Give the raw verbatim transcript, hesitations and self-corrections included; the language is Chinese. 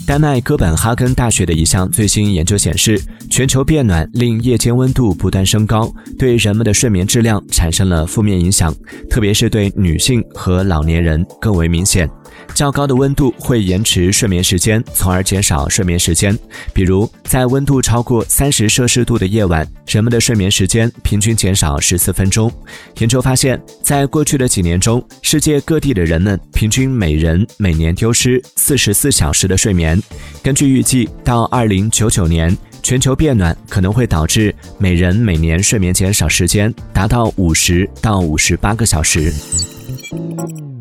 丹麦哥本哈根大学的一项最新研究显示，全球变暖令夜间温度不断升高，对人们的睡眠质量产生了负面影响，特别是对女性和老年人更为明显。较高的温度会延迟睡眠时间，从而减少睡眠时间。比如，在温度超过三十摄氏度的夜晚，人们的睡眠时间平均减少十四分钟。研究发现，在过去的几年中，世界各地的人们平均每人每年丢失四十四小时的睡眠。根据预计，到二零九九年，全球变暖可能会导致每人每年睡眠减少时间达到五十到五十八个小时。